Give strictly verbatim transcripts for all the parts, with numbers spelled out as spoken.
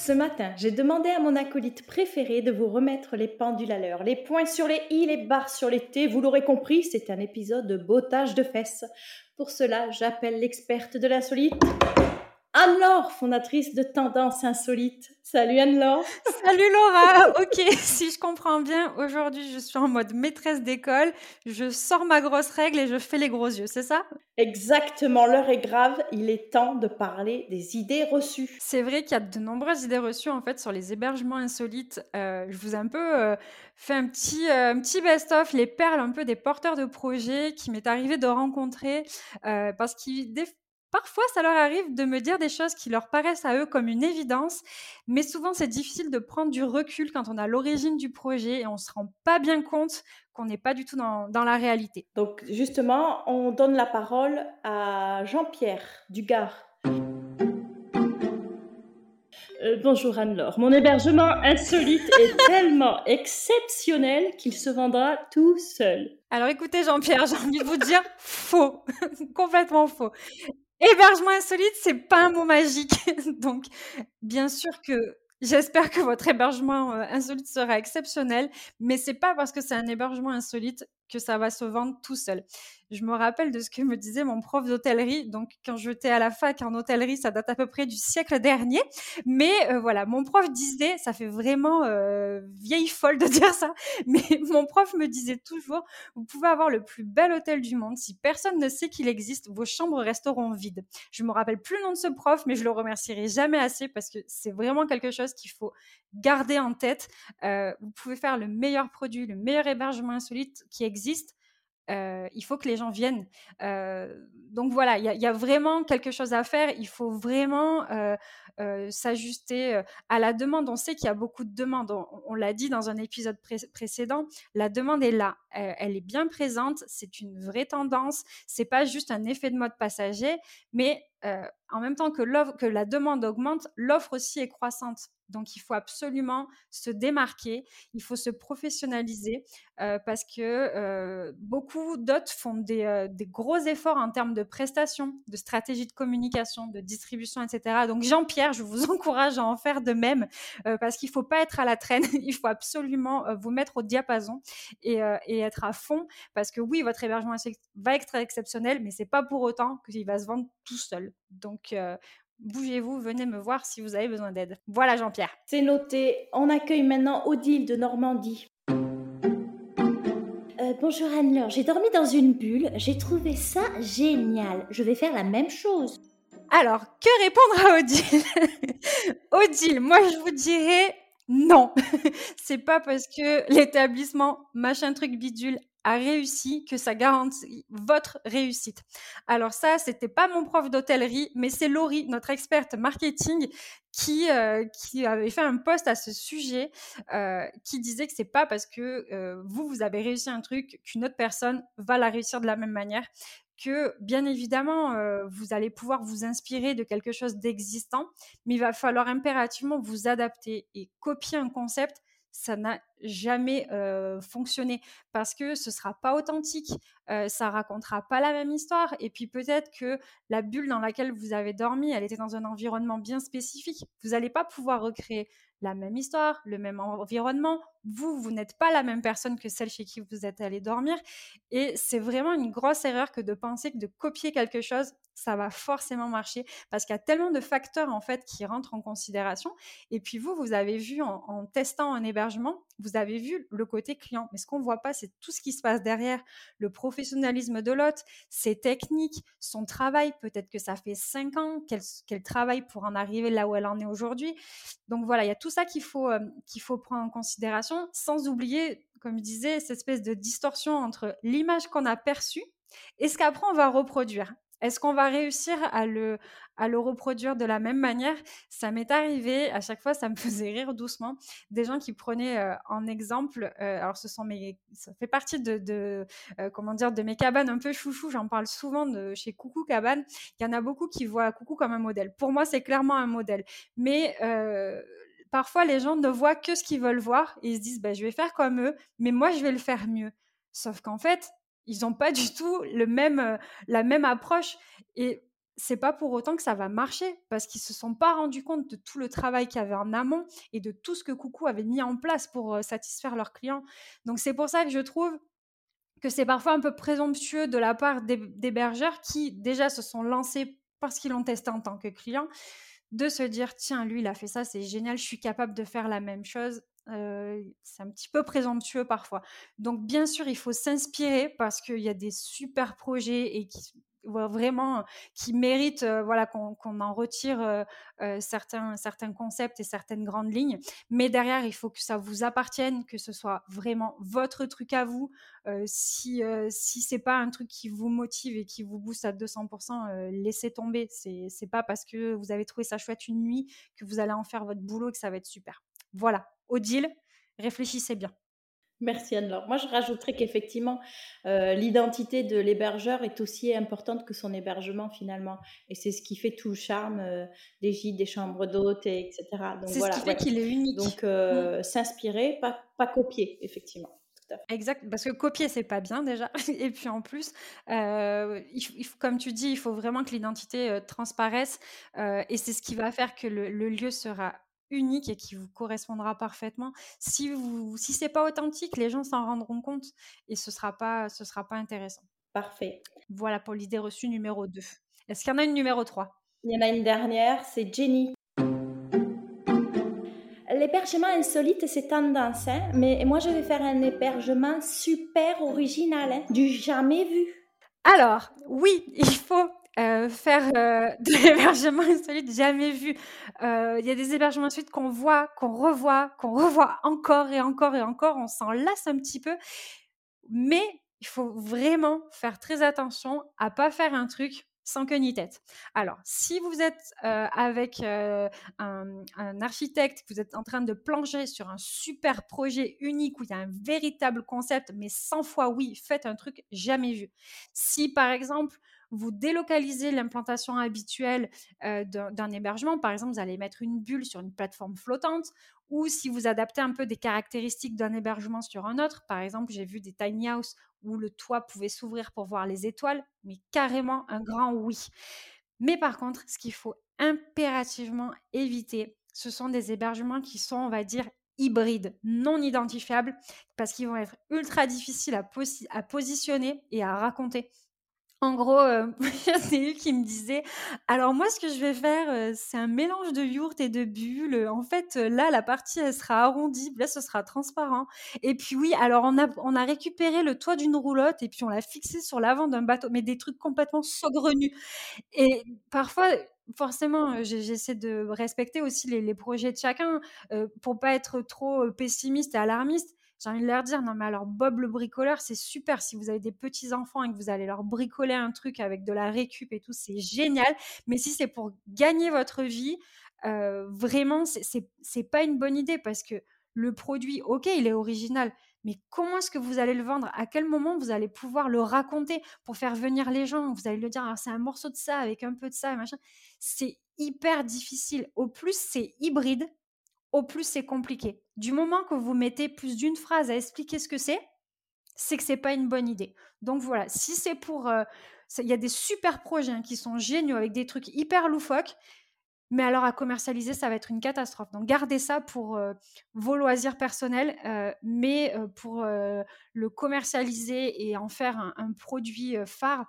Ce matin, j'ai demandé à mon acolyte préféré de vous remettre les pendules à l'heure. Les points sur les i, les barres sur les t. Vous l'aurez compris, c'est un épisode de bottage de fesses. Pour cela, j'appelle l'experte de l'insolite, Anne-Laure, fondatrice de Tendance Insolite. Salut Anne-Laure. Salut Laura. Ok, si je comprends bien, aujourd'hui je suis en mode maîtresse d'école. Je sors ma grosse règle et je fais les gros yeux, c'est ça? Exactement, l'heure est grave. Il est temps de parler des idées reçues. C'est vrai qu'il y a de nombreuses idées reçues en fait sur les hébergements insolites. Euh, je vous ai un peu euh, fait un petit, euh, un petit best-of, les perles un peu des porteurs de projets qui m'est arrivé de rencontrer euh, parce qu'ils des- parfois ça leur arrive de me dire des choses qui leur paraissent à eux comme une évidence, mais souvent c'est difficile de prendre du recul quand on a l'origine du projet et on se rend pas bien compte qu'on n'est pas du tout dans, dans la réalité. Donc justement, on donne la parole à Jean-Pierre du Gard. Euh, bonjour Anne-Laure. Mon hébergement insolite est tellement exceptionnel qu'il se vendra tout seul. Alors écoutez Jean-Pierre, j'ai envie de vous dire faux, complètement faux. Hébergement insolite, c'est pas un mot magique. Donc, bien sûr que j'espère que votre hébergement euh, insolite sera exceptionnel, mais c'est pas parce que c'est un hébergement insolite que ça va se vendre tout seul. Je me rappelle de ce que me disait mon prof d'hôtellerie. Donc, quand j'étais à la fac en hôtellerie, ça date à peu près du siècle dernier. Mais euh, voilà, mon prof disait, ça fait vraiment euh, vieille folle de dire ça, mais mon prof me disait toujours, vous pouvez avoir le plus bel hôtel du monde. Si personne ne sait qu'il existe, vos chambres resteront vides. Je me rappelle plus le nom de ce prof, mais je le remercierai jamais assez parce que c'est vraiment quelque chose qu'il faut garder en tête. Euh, vous pouvez faire le meilleur produit, le meilleur hébergement insolite qui existe. Euh, il faut que les gens viennent. Euh, donc voilà, il y, y a vraiment quelque chose à faire. Il faut vraiment euh, euh, s'ajuster euh, à la demande. On sait qu'il y a beaucoup de demandes. On, on l'a dit dans un épisode pré- précédent. La demande est là. Euh, elle est bien présente. C'est une vraie tendance. C'est pas juste un effet de mode passager, mais euh, en même temps que, l'offre, que la demande augmente, l'offre aussi est croissante. Donc, il faut absolument se démarquer, il faut se professionnaliser euh, parce que euh, beaucoup d'hôtes font des, euh, des gros efforts en termes de prestations, de stratégie de communication, de distribution, et cetera. Donc, Jean-Pierre, je vous encourage à en faire de même euh, parce qu'il ne faut pas être à la traîne, il faut absolument euh, vous mettre au diapason et, euh, et être à fond parce que oui, votre hébergement va être exceptionnel, mais ce n'est pas pour autant qu'il va se vendre tout seul. Donc, euh, bougez-vous, venez me voir si vous avez besoin d'aide. Voilà Jean-Pierre. C'est noté. On accueille maintenant Odile de Normandie. Euh, bonjour Anne-Laure, j'ai dormi dans une bulle, j'ai trouvé ça génial. Je vais faire la même chose. Alors, que répondre à Odile? Odile, moi je vous dirais non. C'est pas parce que l'établissement machin truc bidule a réussi que ça garantit votre réussite. Alors ça, c'était pas mon prof d'hôtellerie, mais c'est Laurie, notre experte marketing, qui euh, qui avait fait un post à ce sujet, euh, qui disait que c'est pas parce que euh, vous vous avez réussi un truc qu'une autre personne va la réussir de la même manière. Que bien évidemment, euh, vous allez pouvoir vous inspirer de quelque chose d'existant, mais il va falloir impérativement vous adapter et copier un concept. Ça n'a jamais euh, fonctionné parce que ce sera pas authentique, euh, ça racontera pas la même histoire et puis peut-être que la bulle dans laquelle vous avez dormi, elle était dans un environnement bien spécifique. Vous n'allez pas pouvoir recréer la même histoire, le même environnement. Vous, vous n'êtes pas la même personne que celle chez qui vous êtes allé dormir et c'est vraiment une grosse erreur que de penser que de copier quelque chose, ça va forcément marcher parce qu'il y a tellement de facteurs en fait qui rentrent en considération. Et puis vous, vous avez vu en, en testant un hébergement, vous avez vu le côté client. Mais ce qu'on ne voit pas, c'est tout ce qui se passe derrière, le professionnalisme de l'hôte, ses techniques, son travail. Peut-être que ça fait cinq ans qu'elle, qu'elle travaille pour en arriver là où elle en est aujourd'hui. Donc voilà, il y a tout ça qu'il faut, euh, qu'il faut prendre en considération, sans oublier, comme je disais, cette espèce de distorsion entre l'image qu'on a perçue et ce qu'après on va reproduire. Est-ce qu'on va réussir à le, à le reproduire de la même manière? Ça m'est arrivé, à chaque fois, ça me faisait rire doucement, des gens qui prenaient euh, en exemple, euh, alors ce sont mes, ça fait partie de, de euh, comment dire, de mes cabanes un peu chouchou, j'en parle souvent de chez Coucou Cabane. Il y en a beaucoup qui voient Coucou comme un modèle. Pour moi, c'est clairement un modèle. Mais euh, parfois, les gens ne voient que ce qu'ils veulent voir et ils se disent, bah, je vais faire comme eux, mais moi, je vais le faire mieux. Sauf qu'en fait, ils n'ont pas du tout le même, euh, la même approche. Et c'est pas pour autant que ça va marcher parce qu'ils se sont pas rendus compte de tout le travail qu'il y avait en amont et de tout ce que Coucou avait mis en place pour euh, satisfaire leurs clients. Donc c'est pour ça que je trouve que c'est parfois un peu présomptueux de la part des d'hébergeurs qui déjà se sont lancés parce qu'ils l'ont testé en tant que client, de se dire tiens lui il a fait ça, c'est génial, je suis capable de faire la même chose. Euh, c'est un petit peu présomptueux parfois. Donc bien sûr il faut s'inspirer parce qu'il y a des super projets et qui vraiment qui méritent euh, voilà qu'on qu'on en retire euh, euh, certains certains concepts et certaines grandes lignes, mais derrière il faut que ça vous appartienne, que ce soit vraiment votre truc à vous. Euh, si euh, si c'est pas un truc qui vous motive et qui vous booste à deux cents pour cent, euh, laissez tomber. C'est c'est pas parce que vous avez trouvé ça chouette une nuit que vous allez en faire votre boulot et que ça va être super. Voilà, Odile, réfléchissez bien. Merci Anne-Laure. Moi, je rajouterais qu'effectivement, euh, l'identité de l'hébergeur est aussi importante que son hébergement finalement. Et c'est ce qui fait tout le charme euh, des gîtes, des chambres d'hôtes, et, etc. Donc C'est ce qui voilà, fait ouais. qu'il est unique. Donc Mm. euh, s'inspirer, pas, pas copier, effectivement. Tout à fait. Exact, parce que copier, c'est pas bien déjà. Et puis en plus, euh, il, il faut, comme tu dis, il faut vraiment que l'identité euh, transparaisse. Euh, et c'est ce qui va faire que le, le lieu sera unique et qui vous correspondra parfaitement. Si vous, si c'est pas authentique, les gens s'en rendront compte et ce sera pas, ce sera pas intéressant. Parfait. Voilà pour l'idée reçue numéro deux. Est-ce qu'il y en a une numéro trois? Il y en a une dernière, c'est Jenny. L'hébergement insolite, c'est tendance, hein, mais moi je vais faire un hébergement super original, hein, du jamais vu. Alors, oui, il faut euh, faire euh, de l'hébergement insolite jamais vu. Euh, Il y a des hébergements insolites qu'on voit, qu'on revoit, qu'on revoit encore et encore et encore. On s'en lasse un petit peu. Mais il faut vraiment faire très attention à pas faire un truc sans queue ni tête. Alors, si vous êtes euh, avec euh, un, un architecte, que vous êtes en train de plancher sur un super projet unique où il y a un véritable concept, mais cent fois oui, faites un truc jamais vu. Si par exemple, vous délocalisez l'implantation habituelle euh, d'un, d'un hébergement, par exemple, vous allez mettre une bulle sur une plateforme flottante, ou si vous adaptez un peu des caractéristiques d'un hébergement sur un autre. Par exemple, j'ai vu des tiny house où le toit pouvait s'ouvrir pour voir les étoiles, mais carrément un grand oui. Mais par contre, ce qu'il faut impérativement éviter, ce sont des hébergements qui sont, on va dire, hybrides, non identifiables, parce qu'ils vont être ultra difficiles à, posi- à positionner et à raconter. En gros, euh, c'est lui qui me disait, alors moi, ce que je vais faire, euh, c'est un mélange de yourte et de bulles. En fait, euh, là, la partie, elle sera arrondie, là, ce sera transparent. Et puis oui, alors on a, on a récupéré le toit d'une roulotte et puis on l'a fixé sur l'avant d'un bateau, mais des trucs complètement saugrenus. Et parfois, forcément, euh, j'ai- j'essaie de respecter aussi les, les projets de chacun euh, pour pas être trop euh, pessimiste et alarmiste. J'ai envie de leur dire, non mais alors Bob le bricoleur, c'est super. Si vous avez des petits-enfants et que vous allez leur bricoler un truc avec de la récup et tout, c'est génial. Mais si c'est pour gagner votre vie, euh, vraiment, c'est- c'est c'est pas une bonne idée parce que le produit, ok, il est original, mais comment est-ce que vous allez le vendre? À quel moment vous allez pouvoir le raconter pour faire venir les gens? Vous allez le dire, ah, c'est un morceau de ça avec un peu de ça, machin. C'est hyper difficile. Au plus, c'est hybride, au plus c'est compliqué. Du moment que vous mettez plus d'une phrase à expliquer ce que c'est, c'est que c'est pas une bonne idée. Donc voilà, si c'est pour... euh, ça- Il y a des super projets hein, qui sont géniaux avec des trucs hyper loufoques, mais alors à commercialiser, ça va être une catastrophe. Donc gardez ça pour euh, vos loisirs personnels, euh, mais euh, pour euh, le commercialiser et en faire un, un produit euh, phare,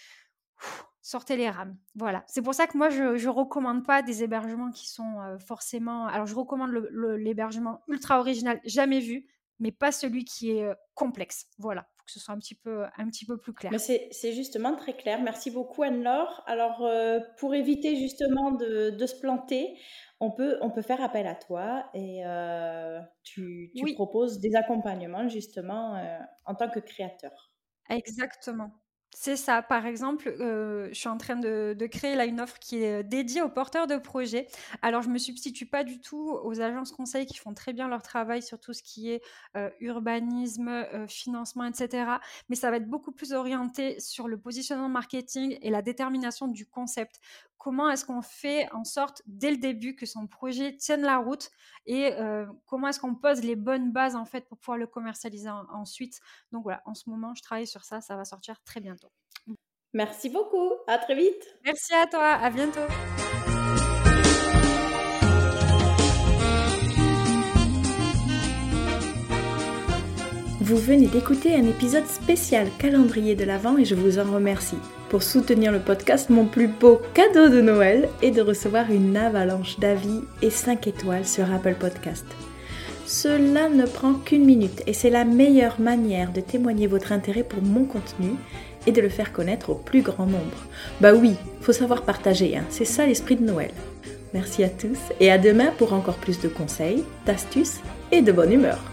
pff, sortez les rames. Voilà. C'est pour ça que moi, je ne recommande pas des hébergements qui sont euh, forcément... Alors je recommande le- le- l'hébergement ultra original, jamais vu, mais pas celui qui est euh, complexe. Voilà, pour que ce soit un petit peu, un petit peu plus Mais clair. c'est c'est justement très clair. Merci beaucoup Anne-Laure. Alors, euh, pour éviter justement de, de se planter, on peut, on peut faire appel à toi et euh, tu, tu Oui, proposes des accompagnements justement euh, en tant que créateur. exactement. C'est ça. Par exemple, euh, je suis en train de, de créer là une offre qui est dédiée aux porteurs de projets. Alors, je me substitue pas du tout aux agences conseils qui font très bien leur travail sur tout ce qui est euh, urbanisme, euh, financement, et cetera. Mais ça va être beaucoup plus orienté sur le positionnement marketing et la détermination du concept. Comment est-ce qu'on fait en sorte, dès le début, que son projet tienne la route et euh, comment est-ce qu'on pose les bonnes bases en fait pour pouvoir le commercialiser en- ensuite. Donc voilà, en ce moment, je travaille sur ça, ça va sortir très bientôt. Merci beaucoup, à très vite. Merci à toi, à bientôt. Vous venez d'écouter un épisode spécial calendrier de l'Avent et je vous en remercie. Pour soutenir le podcast, mon plus beau cadeau de Noël est de recevoir une avalanche d'avis et cinq étoiles sur Apple Podcast. Cela ne prend qu'une minute et c'est la meilleure manière de témoigner votre intérêt pour mon contenu et de le faire connaître au plus grand nombre. Bah oui, faut savoir partager, hein, c'est ça l'esprit de Noël. Merci à tous et à demain pour encore plus de conseils, d'astuces et de bonne humeur.